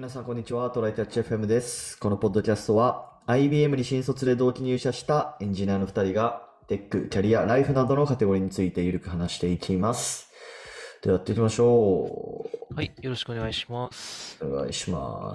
皆さん、こんにちは。トライキャッチ FM です。このポッドキャストは、IBM に新卒で同期入社したエンジニアの2人が、テック、キャリア、ライフなどのカテゴリーについてゆるく話していきます。では、やっていきましょはい、よろしくお願いします。 う。お願いします。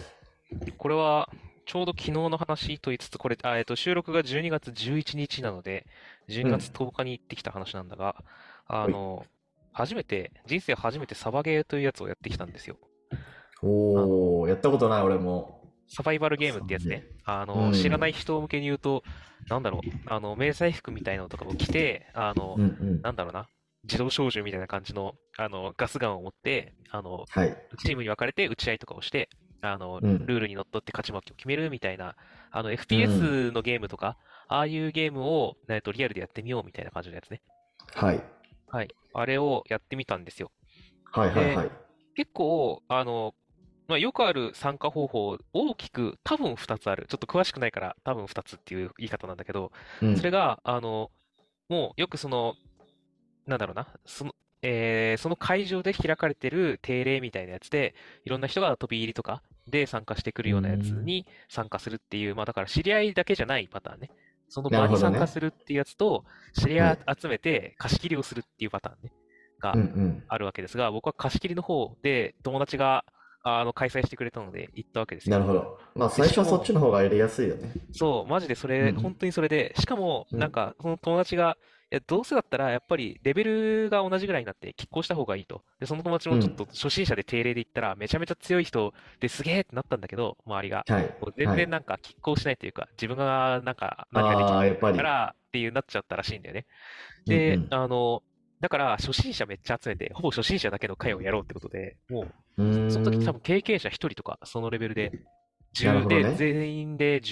これは、ちょうど昨日の話と言いつつ、これ、収録が12月11日なので、12月うん。 10日に行ってきた話なんだが、あはい。 の、人生初めてサバゲーというやつをやってきたんですよ。あの、 やったことない、俺も。 サバイバルゲームっサバゲてやつね。 ー。う知らないん。 人向けに言うと、迷彩服みたいなのとかを着て、 うんうん。 なんだろうな、自動小銃みたいな感じの、ガスガンを持って、 はい。 チームに分かれて撃ち合いとかをして、 うん。 ルールにのっとって勝ち負けを決めるみたいな、 うん。 FPS のゲームとか、ああいうゲームを、リアルでやってみようみたいな感じのやつね。 はい。 はい。あれをやってみたんですよ。で、 はいはいはい。 結構、よくある参加方法、大きく多分2つある。ちょっと詳しくないから多分2つっていう言い方なんだけど、 うん。 それが、もうよくなんだろうな、その会場で開かれてる定例みたいなやつで、いろんな人が飛び入りとかで参加してくるうーようなやつん。 に参加するっていう、まあだから知り合いだけじゃないパターンね。そのな場にるほどね。 参加するっていうやつと、知り合いはい。 集めて貸し切りをするっていうパターンね、がうんうん。 あるわけですが、僕は貸し切りの方で友達が開催してくれたので行ったわけですよ。 なるほど。まあ、 で、 最初はそっちしかも、 の方がやりやすいよね。 そう、マジでそれ、本うん当にそれで、しかも、 うん。 その友達が、どうせだったら、やっぱり、レベルが同じぐらいになって、拮抗した方がいいと。で、その友達うん。 もちょっと初心者で低齢で言ったら、めちゃめちゃ強い人ですげーってなったんだけど、周りが。 はい。 もう全はい。 然拮抗しないというか、自分が何ができああ、やっぱり。 からっていうなっちゃったらしいんだよね。で、 うんだから初心者めっちゃ集めて、ほぼ初心者だけの会をやろうってことで、もう、 うん。うその時多分ーん。 経験者1人とか、そのレベルで、10で、 なるほどね。 全員で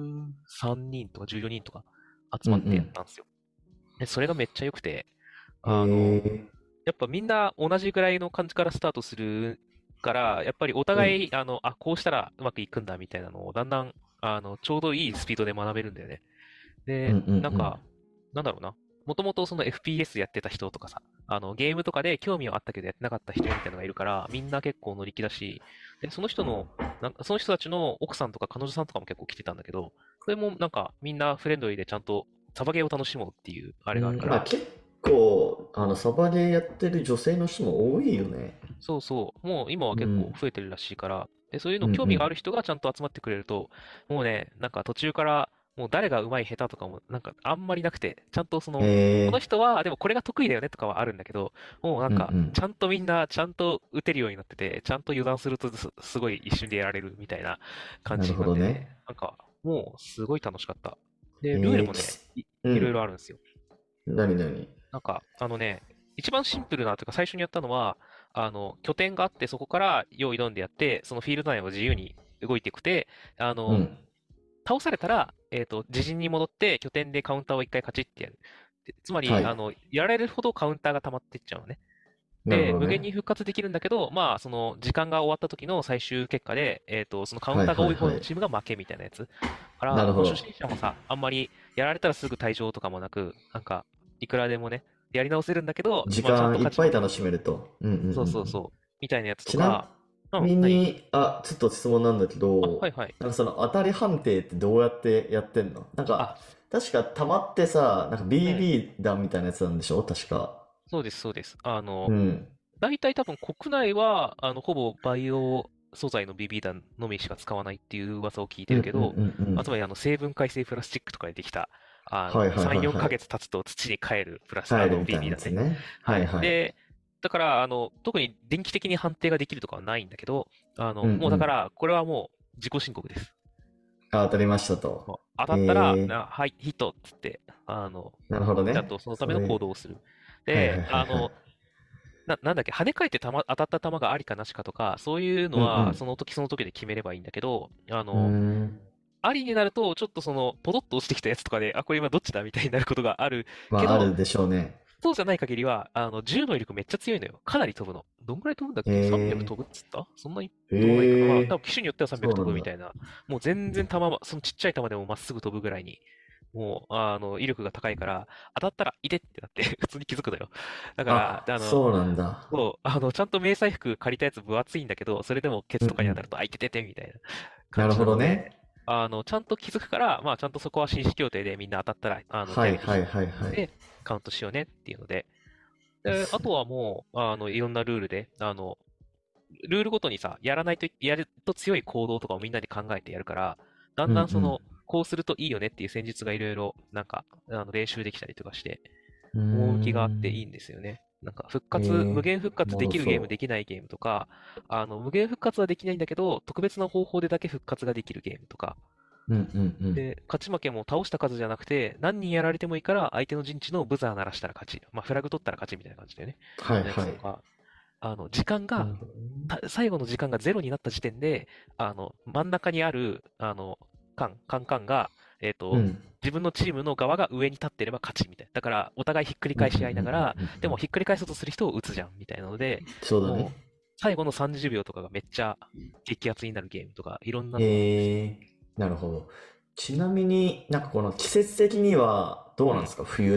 13人とか14人とか集まってやっうんうん。 たんですよ。で、それがめっちゃ良くて、 へあの、 え。 やっぱみんな同じぐらいの感じからスタートするから、やっぱりおうん。 互い、こうしたらうまくいくんだみたいなのをだんだん、ちょうどいいスピードで学べるんだよね。で、 うんうんうん。 なんだろうな。もともとその FPS やってた人とかさ、ゲームとかで興味はあったけどやってなかった人みたいなのがいるから、みんな結構乗り気だし、で、その人たちの奥さんとか彼女さんとかも結構来てたんだけど、それもみんなフレンドリーでちゃんとサバゲーを楽しもうっていうあれがあるかまあ、 ら、 結構、サバゲーやってる女性の人も多いよね。 そうそう、もう今は結構うん。 増えてるらしいから、で、そういううんうの興味があん。 る人がちゃんと集まってくれると、もうね、途中から、もう誰が上手い下手とかも、あんまりなくて、ちゃんとへこのえ。 人は、でもこれが得意だよねとかはあるんだけど、もううんうん。 ちゃんとみんな、ちゃんと打てるようになってて、ちゃんと油断するとすごい一瞬でやられるみたいな感なるじになってて、 ほどね。 もうすごい楽しかった。で、ルールへえ、 もね、いろいうん。 ろあるんですよ。 なになに。 一番シンプルなというか最初にやったのは、拠点があって、そこから用意ドンでやって、そのフィールド内を自由に動いていくて、あの、 うん。 倒されたら、自陣に戻って拠点でカウンターを一回カチッてやる。つまり、 はい。 やられるほどカウンターが溜まっていっちゃうのね。で、 なるほどね。 無限に復活できるんだけど、まあ、その時間が終わった時の最終結果で、そのカウンはいターが多い方はいはい。 のチームが負けみたいなやつ。だから、もう初なるほど。 心者もさ、あんまりやられたらすぐ退場とかもなく、いくらでもね、やり直せるんだけど、まあ、ちゃんと時間いっ勝ち負けもぱい楽しめると。うんうんうんうそうそうん。 そう。みたいなやつとちなか、うん、何みに、ちょっと質問なんだけあ、はど、 いはい。 なんかその当たり判定ってどうやってやってんの？なんか、 あ、 確か溜まってさ、なんかうん。 BB 弾みたいなやつなんでしょ確か。 そうです、そうです。 うん。 大体多分国内は、ほぼバイオ素材の BB 弾のみしか使わないっていう噂を聞いうんうんてるけど、まあ、つうんうん。 まり生分解性プラスチックとかでできた、 はいはい 3、4 はいはい。 ヶ月経つと土に帰る帰るみたいな BB 弾ね。 やつね。ははい。 いはい。 で、だから、特に電気的に判定ができるとかはないんだけど、 うんうん。 もうだから、これはもう自己申告です。 当たりましたと。 もう当たったら、 へえ、 はい、ヒットっつって、あの、 なるほどね。 ちゃんとそのための行それ、 動をする。で、 はいはいはいはい。 なんだっけ、跳ね返って当たった球がありかなしかとか、そういうのは、 うんその時その時で決めればいいんだけど、 うん。うーん。 ありになると、ちょっとポトッと落ちてきたやつとかで、あ、これ今どっちだみたいになることがあるけまあ、あど、 るでしょうね。 そうじゃない限りは、銃の威力めっちゃ強いのよ。かなり飛ぶの。どんぐらい飛ぶんだっけ？ 300 へ飛ぶっつったそんなにえ、 飛ばないかな。まあ、 へえ、 多分機種によっては300 そうなんだ。 飛ぶみたいな。もう全然そのちっちゃい球でもまっすぐ飛ぶぐらいにもう、威力が高いから、当たったら、いてってなって普通に気づくのよ。だから、 あ、そうなんだ。 そう、ちゃんと迷彩服借りたやつ分厚いんだけど、それでもケツうんうん。 とかに当たると、あ、いてててみたいな感なるほじなので、 どね。 ちゃんと気づくから、まあ、ちゃんとそこは紳士協定でみんな当たったら、 はいはい手挙げてはいはい。 で、カウントしようねっていうので、で、あとはもう、いろんなルールで、ルールごとにさ、やると強い行動とかをみんなで考えてやるから、だんうんうだんん。 こうするといいよねっていう戦術がいろいろ、なんか、練習できたりとかして、 うー趣があっていいん。 んですよね。なんか、無え限復活おもできるゲーム、 ろそできないゲームとか、無限復活はできないんだけど、特別な方法でだけ復活ができるゲームとか、 う。うんうんうん。 で、勝ち負けも倒した数じゃなくて、何人やられてもいいから、相手の陣地のブザー鳴らしたら勝ち。まあ、フラグ取ったら勝ちみたいな感じでね。のやはいはい。 つとか、時間が、 なるほどね。 最後の時間がゼロになった時点で、真ん中にある、カンカンが、 うん。 自分のチームの側が上に立ってれば勝ちみたいな。だから、お互いひっくりうんうん返し合いながら、 うんうんうん。 でもひっくり返そうとする人を撃つじゃん、みたいなので、 そうだね。 もう、最後の30秒とかがめっちゃ激アツになるゲームとか、いろんなのがあるんですよ。 なるほど。ちなみになんかこの季節的にはどううん。 なんですか冬って。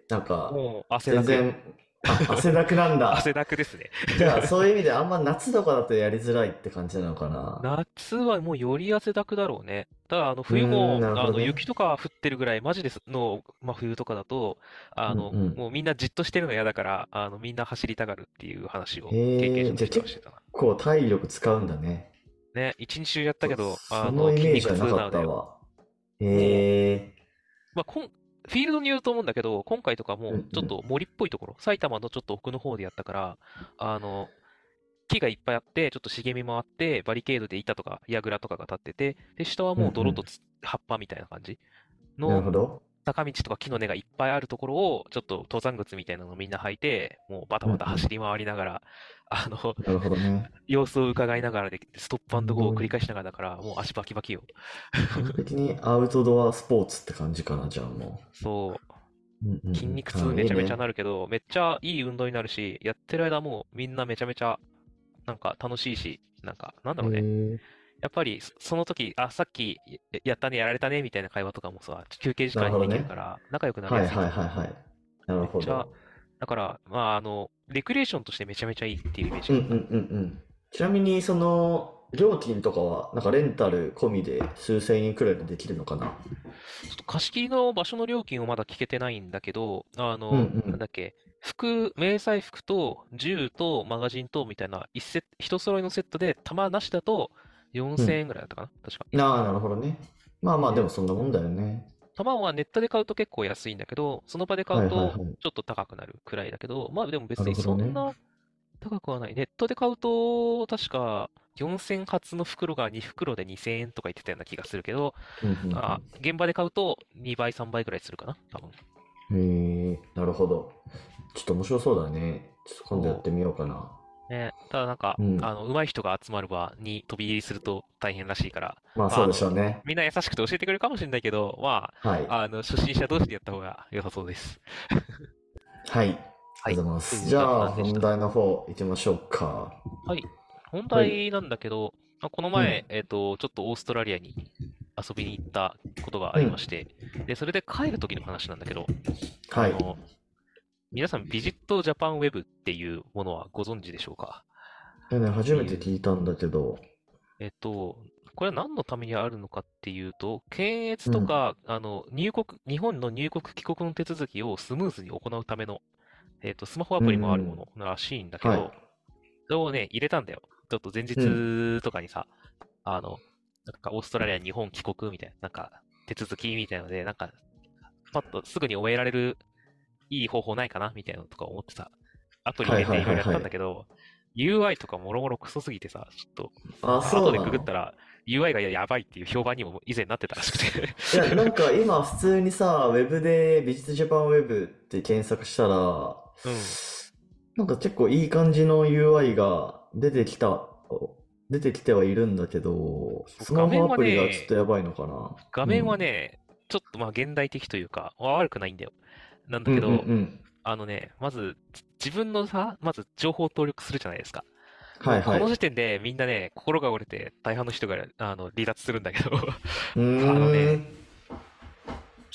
なんかもう、汗だくよ。 全然、あ、汗だくなん汗だ。 だくですね。 じゃあそういう意味であんま夏とかだとやりづらいって感じなのかな。 夏はもうより汗だくだろうね。ただ、冬も、 なるほどね。 雪とか降ってるぐらい、マジですの、まあ、冬とかだと、 うんうん。 もうみんなじっとしてるの嫌だから、みんな走りたがるっていう話を経験者のじゃあ結人はしてたな。 構体力使うんだね。 ね、一日中やったけど、 そのイ筋肉メージはなか痛なのだよ。 ったわ。 もう、 へえ。 まあ、フィールドによると思うんだけど、今回とかも、ちょっうんうん。 と森っぽいところ、埼玉のちょっと奥の方でやったから、あの、木がいっぱいあって、ちょっと茂みもあって、バリケードで板とか櫓とかが立ってて、で、下はもううんうん。 葉っぱみたいな感じのなるほど。 坂道とか木の根がいっぱいあるところを、ちょっと登山靴みたいなのをみんな履いて、もうバタバタ走うんうん。 り回りながら、あの、 なるほどね。 様子を伺いながらで、ストップすゴーを繰りごい。 返しながらだから、もう足バキバキよ。 完璧にアウトドアスポーツって感じかな、じゃあもそう。 う。うんうん筋肉うん。あ、 痛めちゃめちゃいいね。 なるけど、めっちゃいい運動になるし、やってる間もうみんなめちゃめちゃ、なんか楽しいし、なんか、なんだろうね。 えやっぱり、その時、あ、さっきやったね、やられたね、みたいな会話とかもさ、休憩時間にできるなるほどね。 から、仲良くなりやはいはいすいんだよね。 はいはい。なるめっちゃ、 ほど。 だから、まあ、レクリエーションとしてめちゃめちゃいいっていうイメージがあった。 うんうんうんうん。ちなみに、その、料金とかは、なんかレンタル込みで数千円くらいでできるのかな。 ちょっと貸し切りの場所の料金をまだ聞けてないんだけど、 うんうん。 なんだっけ、迷彩服と銃とマガジンとみたいな一揃いのセットで弾なしだと4000 うん。 円ぐらいだったかな確か。 ああ、なるほどね。まあまあ、でで、 もそんなもんだよね。 弾はネットで買うと結構安いんだけど、その場で買うはいはいとはい。 ちょっと高くなるくらいだけど、まあでもな別にるほどね。 そんな高くはない。ネットで買うと確か4000発の袋が2袋で2000円とか言ってたような気がするけど、 うんうん現場で買うと2倍、3倍くらいするかな多分。 うん。なるほど。ちょっと面白そうだね。ちょっと今度やっそてみようかな。 う。ね。ただなんか、 うん。 上手い人が集まる場に飛び入りすると大変らしいから、まあ、 まあそうでしょうね。 みんな優しくて教えてくれるかもしれないけど、まはい。 あ、初心者同士でやった方が良さそうです。 はい。ありはい。 がとうございます。 という雑じゃあ、 談でした。 本題の方行きましょうか。 はい。本はい。 題なんだけど、このうん。 前、ちょっとオーストラリアに遊びに行ったことがあうん。 りまして、で、それで帰る時の話なんだけど、あはい。 の、皆さんビジットジャパンウェブっていうものはご存知でしょうか初めてっていう聞いたんだけど。 えっと、これは何のためにあるのかっていうと、検閲うん。 とか、日本の入国帰国の手続きをスムーズに行うための、スマホアうプリもあるもん。 のらしいんだけはい。 ど、それをね、入れたんだよ。ちょっと前うん。 日とかにさ、あの、なんかオーストラリア、日本帰国みたいな、なんか手続きみたいなので、なんか、パッとすぐに終えられるいい方法ないかなみたいなのとか思ってさ、アプリ入れはいはいていろいろやっはいはい。 たんだけど、UI とかもろもろクソすぎてさ、ちょっと、 あ、 後でそうなの。 ググったら UI がやばいっていう評判にも以前なってたらしくていや、なんか今普通にさ、ウェブでビジットジャパンウェブって検索したら、 うん。 なんか結構いい感じの UI が出てきてはいるんだけど、 そうスマホアプリがちょっとやばいのか画面はな。うん。 ね、ちょっとまあ現代的というか、悪くないんだよ。なんだうんうんうけど、 ん。 まず、自分のさ、まず情報を登録するじゃないですか。もうこのはいはい。 時点でみんなね、心が折れて大半の人が離脱するんだけどうーあのね、 ん。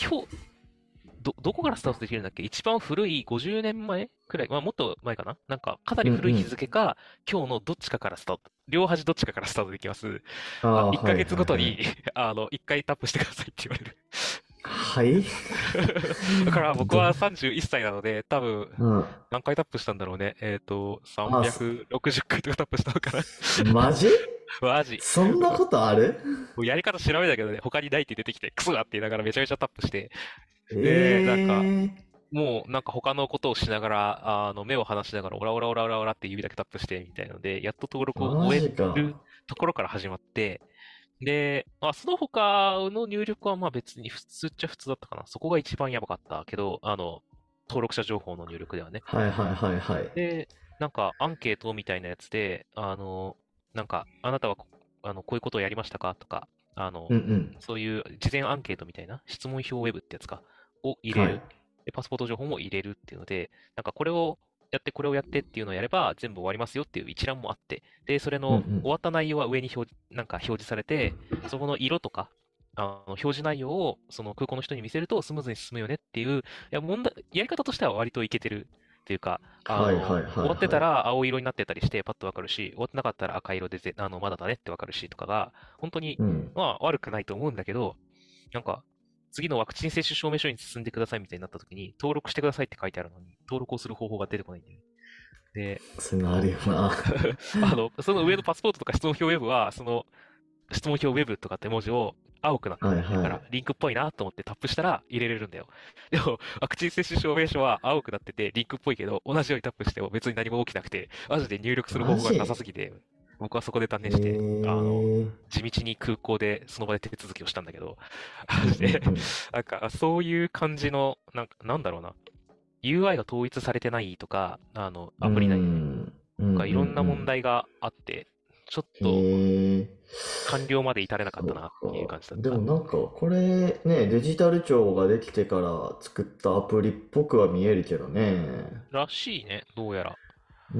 今日、どこからスタートできるんだっけ？一番古い50年前くらい、まあもっと前かな、なんか、かなり古い日うんうん。 付か、今日のどっちかからスタート。両端どっちかからスタートできます。 ああ、 1 はいヶ月ごとにはいはい。 1回タップしてくださいって言われる。 はい。 だから僕ど、 は31歳なので、多分、 うん。 何回タップしたんだろうね。 あ、 360回とかタップしたのかな。 マジ？ マジ。 そんなことある？ もうやり方調べたけどね、他にないって出てきて、クソだって言いながらめちゃめちゃタップして、で、なんか、 ええもうなんか他のことをしながら、目を離しながら、オラオラオラオラオラって指だけタップしてみたいので、やっと登録ー、マを終えジか。 るところから始まって、で、まあ、その他の入力はまあ別に普通っちゃ普通だったかな。そこが一番やばかったけど、登録者情報の入力ではね。 はいはいはいはい。 で、なんかアンケートみたいなやつで、なんか、あなたはこういうことをやりましたかとか、 うんうん。 そういう事前アンケートみたいな質問票ウェブってやつか、を入れはい。 る。で、パスポート情報も入れるっていうので、なんかこれをやって、これをやってっていうのをやれば全部終わりますよっていう一覧もあって、で、それうんうん。 の終わった内容は上になんか表示されて、そこの色とか、表示内容をその空港の人に見せるとスムーズに進むよねっていう、いや、やり方としては割といけてるっていうか、 はいはいはい終わってたはい。 ら青色になってたりしてパッとわかるし、終わってなかったら赤色でまだだねってわかるしとかが、本当に、 うん。 まあ悪くないと思うんだけど、なんか、次のワクチン接種証明書に進んでくださいみたいになった時に、登録してくださいって書いてあるのに、登録をする方法が出てこないんだよね。で、 そういうのあるよな。 その上のパスポートとか質問票ウェブは、その質問票ウェブとかって文字を青くなってるから、 はいはい。 リンクっぽいなと思ってタップしたら入れれるんだよ。でも、ワクチン接種証明書は青くなってて、リンクっぽいけど、同じようにタップしても別に何も起きなくて、マジで入力する方法がなさマジ？ すぎて、僕はそこで断念して、 ええ地道に空港でその場で手続きをしたんだけど、 うんうマジで、 んなんか、そういう感じの、なんだろうな、UI が統一されてないとか、 うん。 アプリ内でね、 うんうんとかいろんな問うん。 題があって、ちょっとへえ、 完了まで至れなかったそなっていう感じだうか。でもった。 なんか、これね、デジタル庁ができてから作ったアプリっぽくは見えるけどね。 らしいね、どうやら。 うん。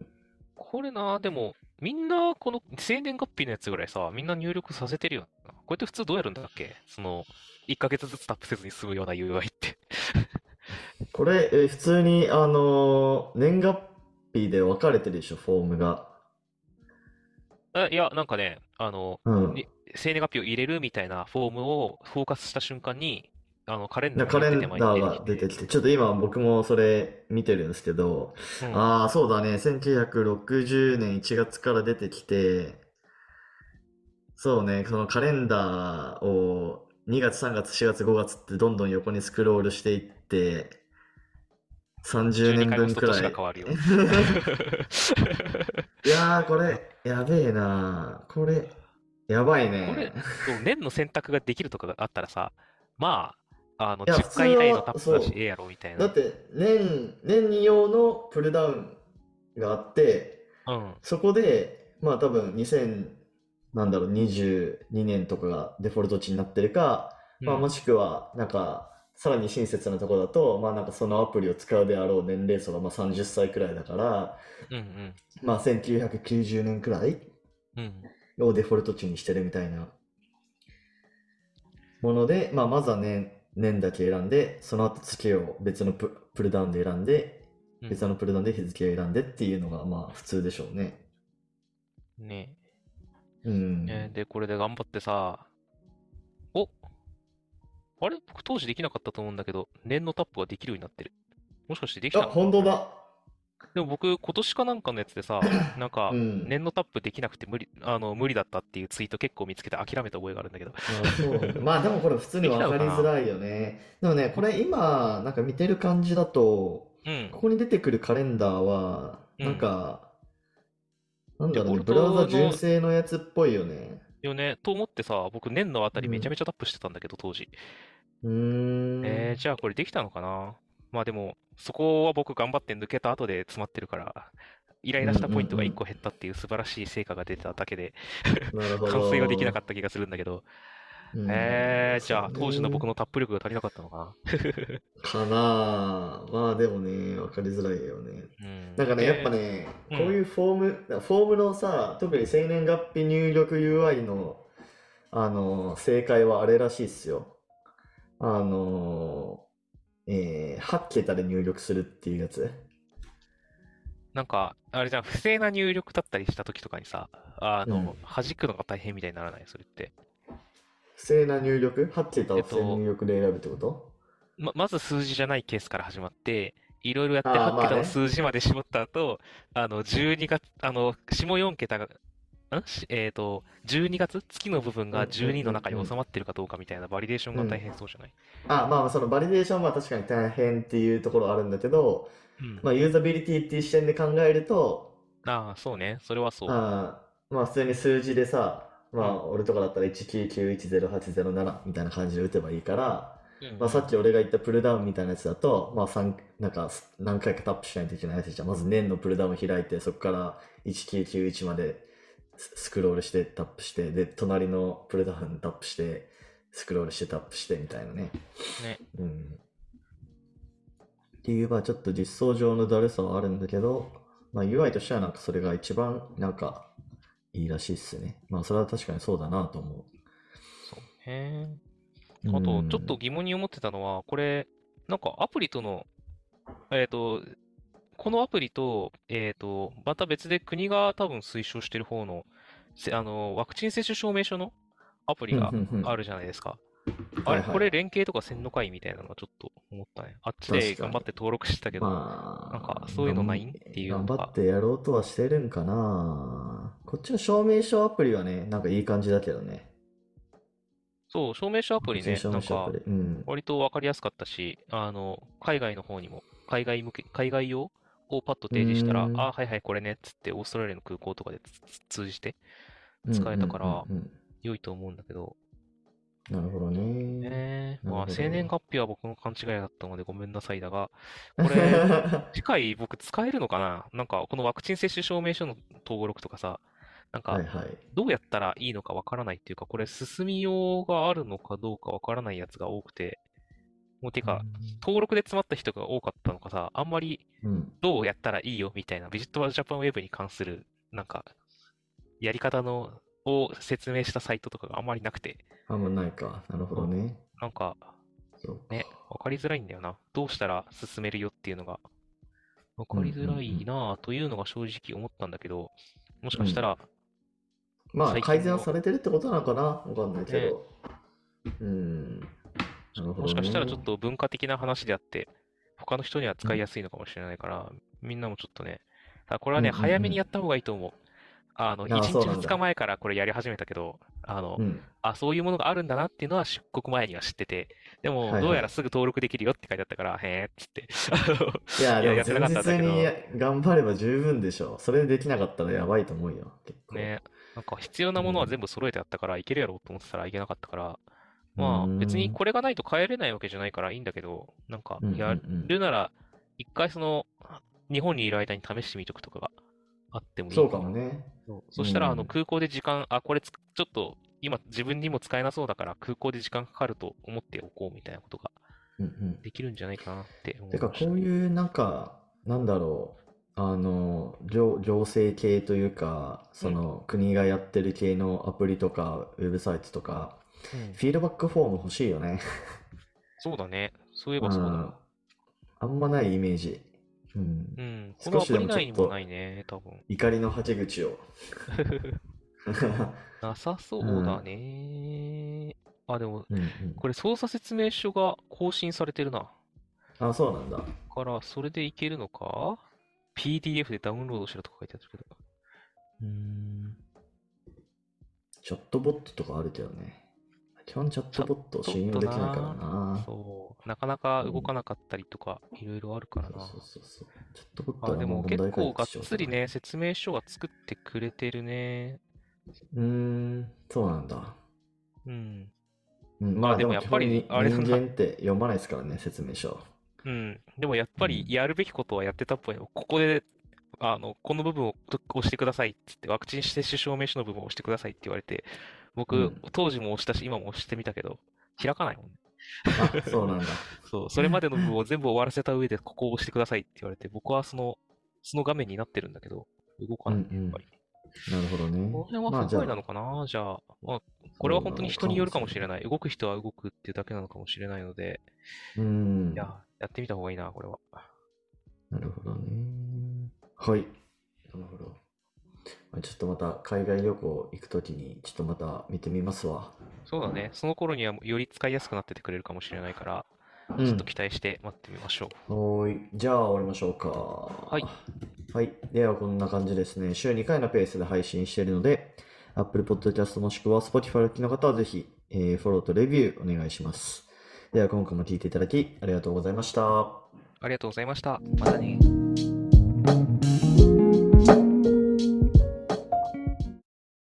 これな、でも、みんな、この生年月日のやつぐらいさ、みんな入力させてるよな。こうやって普通どうやるんだっけ？1ヶ月ずつタップせずに済むような UI って。 これ、普通に、年月日で分かれてるでしょ、フォームが。 いや、なんかね、 うん。 生年月日を入れるみたいなフォームをフォーカスした瞬間に、カレンダーがカレ 2手手前にンダー出てきて、 が出てきて、ちょっと今僕もそれ見てるんですけど、 うん、 ああ、そうだね、1960年1月から出てきて、そうね、そのカレンダーを2月、3月、4月、5月ってどんどん横にスクロールしていって、30 12 年回押すと年分くらい。 が変わるよ。 いやー、こあれ、やべえなー。これ、やばいこれ、 ね。 そう、年の選択ができるとかがあったらさ、まいや、 10 普通回以内のタッは、 プだし、ええそやろ、みたいう。だな。 って、年に用のプルダウンがあって、 うん、 そこで、まあ多分2000、なんだろう、22年とかがデフォルト値になってるか、まあもうん、 しくは、なんか、さらに親切なところだと、まあなんかそのアプリを使うであろう年齢層がまあ30歳くらいだから、 うん、うん、 まあ1990年くらいうん、 をデフォルト値にしてるみたいなもので、まあまずは年だけ選んで、その後月を別のプルダウンで選んで、 うん。 別のプルダウンで日付を選んでっていうのがまあ普通でしょうね。 ねうん。 で、これで頑張ってさ、お、あれ僕当時できなかったと思うんだけど、年のタップができるようになってる。もしかしてできあ、 たのかな？ 本当だ。 でも僕、今年かなんかのやつでさ、なんか、 うん。 年のタップできなくて無理だったっていうツイート結構見つけて諦めた覚えがあるんだけど。 あ、そう。まあでもこれ普通にできた分かのかな？ りづらいよね。でもね、これ今なんか見てる感じだと、 うん、 ここに出てくるカレンダーは、なんうん。 か、なんだろうね、 デフォルブラウザトの純正のやつっぽいよね。 よね、と思ってさ、僕年のあたりめちゃうん。 めちゃタップしてたんだけど、当時。 うーん。 じゃあこれできたのかな？まあでも、そこは僕頑張って抜けた後で詰まってるから、イライうんうんうラしたポイントが1個ん。 減ったっていう素晴らしい成果が出ただけでなるほ完遂ができなかっど。 た気がするんだけど、 うん、 じゃあそう当時の僕ね。 のタップ力が足りなかったのかな？ かなあ。まあでもね、わかりづらいよね。 うん。 なんかね、やっぱね、 うん。 こういうフォームのさ、特に生年月日入力 UI の、正解はあれらしいっすよ。 あの8桁で入力するっていうやつ。 なんか、あれじゃん、不正な入力だったりした時とかにさ、 うん。 弾くのが大変みたいにならないそれって。 不正な入力？ 8 桁を不正なえっと、 入力で選ぶってこと？ まず数字じゃないケースから始まって、いろいろやってああー、 8桁のまあね。 数字まで絞った後、12月、下4桁が、12月月の部分がうんうん 12の中にうん収まってるかどうかみたいなバリデーションうん。 が大うん。 変そうじゃない？ まあ、そのバリデーションは確かに大変っていうところあるんだけど、 うん。 まあ、ユーザビリティっていう視点で考えると、 ああ、そうね。それはそまあ、普通に数字でさ、まう。うあ、 ん。 俺とかだったら199100807みたいな感じで打てばいいから、 うんうまあ、さっん。 き俺が言ったプルダウンみたいなやつだと、まあ、なんか、何回かタップしないといけないやつじゃん。まず年のプルダウンを開いて、そこから1991までスクロールしてタップして、で、隣のプルダウンタップして、スクロールしてタップしてみたいなね。 ね。 うん。っていう、まあちょっと実装上のだるさはあるんだけど、まあ UI としてはなんかそれが一番なんかいいらしいっすね。まあそれは確かにそうだなと思そうね。 う。うあと、ちょっとん。 疑問に思ってたのは、これ、なんかアプリとの、えっと、このアプリと、また別で国が多分推奨してる方の、ワクチン接種証明書のアプリふんがふんふん。 あるじゃないですか。あれ、 はいはい。 これ連携とかせんのかいみたいなのはちょっと思ったね。あっちで確かに。 頑張って登録してたけど、なんかまあ、 そういうのないんっていうの頑張っとか。 てやろうとはしてるんかな。こっちの証明書アプリはね、なんかいい感じだけどね。 そう、証明書アプリね、 ワクチン証なんか明書アプリ。うん。 割とわかりやすかったし、海外の方にも、海外用をパッとうー提示したら、 ん。 あ、はいはい、これね、っつってオーストラリアの空港とかで通じてうんうん使えたから、 うん良いと思うんだけど、 うん。なるほどね。なるまあ、生年ほど。 月日は僕の勘違いだったのでごめんなさいだが、これ、次回僕使えるのかななんか、このワクチン接種証明書の登録とかさ、なんか、 はいはい。 どうやったらいいのかわからないっていうか、これ進みようがあるのかどうかわからないやつが多くて、もうてか、登録で詰まった人が多かったのかさ、あんまりうん。 どうやったらいいよみたいな、ビジットジャパンウェブに関する、なんか、やり方を説明したサイトとかがあんまりなくて、 あんまないか。なるほどそうね。 なんか、 そうね、 か。 わかりづらいんだよな。どうしたら進めるよっていうのが、わうんうかりづらいんなぁというのが正直思ったんだけど、もしうん。うん。 かしたらまあ、 最近の、 改善はされてるってことなのかな、わかんないけね、 ど。うん。なるほもしかしたらちょどね。 っと文化的な話であって、他の人にはうん。 使いやすいのかもしれないから、みんなもちょっとね、これはうんうね、早めにんやった方がいいと思う。 うん。ああ、 1日2 そうなんだ。 日前からこれやり始めたけど、 うん。 そういうものがあるんだなっていうのは出国前には知ってて、でも、どうやらはいはい。 すぐ登録できるよって書いてあったから、へーっつって、 いや、でも前やってなかったんだ日にけど、 頑張れば十分でしょ。それでできなかったらやばいと思うよ。結構。 ね、なんか必要なものはうん。 全部揃えてあったから、いけるやろうと思ってたらいけなかったから、 うーまあ、別にん。 これがないと帰れないわけじゃないからいいんだけど、なんか、 うんうんうやん。 るなら、一回日本にいる間に試してみとくとかがあってもいそうかいかな。 もね。 そしたら、 うん。 空港で時間、ちょっと、今自分にも使えなそうだから空港で時間かかると思っておこうみたいなことがうんうん。 できるんじゃないかなって思てか、 いましたね。 こういうなんか、なんだろう。行政系というか、 うん、 その国がやってる系のアプリとか、ウェブサイトとか、 うん。 フィードバックフォーム欲しいよね。 そうだね。そういえうばそうだわ。 ん。あんまないイメージ。うん。 うん。このアプリ少しでもちょ内にもなっといね、多分。 怒りのはけ口を。 なさうそうだん。 ね。あ、でも、 うんうん。 これ操作説明書が更新されてるな。 あ、そうなんだ。 から、それでいけるのか？ PDF でダウンロードしろとか書いてあるけど。 うーん。チャットボットとかあるけどね。基本チャッチャットボットを信用トとできないからな、 な。 そう。なかなかうん。 動かなかったりとか、いろいろあるからそうそうな。 そうそう。チャットボットはあんまでも問題解結構がっ決しようとない。 つりね、説明書は作ってくれてるね。 うーん、そうなんだ。 うん。 うん、まあでもでもやっぱり、 基本にあれだな。 人間って読まないですからね、説明書。 うん。でもやっぱりうん。 やるべきことはやってたっぽいよ。ここで、この部分を押してくださいって言って、ワクチン接種証明書の部分を押してくださいって言われて、僕、 うん。 当時も押したし、今も押してみたけど、開かないもんね。 あ、そうなんだ。 そう、それまでの部分を全部終わらせた上で、ここを押してくださいって言われて、僕はその画面になってるんだけど、動かうんうないね、やっぱん。 り。 なるほどね。 この辺はまあ、じゃ不具合なあ、 のかなじゃあ、まあ、これは本当にそうなの人によるかかもしれない。 もしれない。動く人は動くっていうだけなのかもしれないので、 うーいや、 ん。 やってみた方がいいな、これは。 なるほどね。はい。なるほど。まあちょっとまた海外旅行行くときに、ちょっとまた見てみますわ。 そうだね。その頃にはより使いやすくなっててくれるかもしれないから、ちょっとうん。 期待して待ってみましょう。 はーい。じゃあ終わりましょうはい。 か。はい。ではこんな感じですね。週2回のペースで配信しているので、Apple Podcast もしくは Spotify を聞きの方はぜひ、フォローとレビューお願いします。では今回も聞いていただきありがとうございました。 ありがとうございました。またね。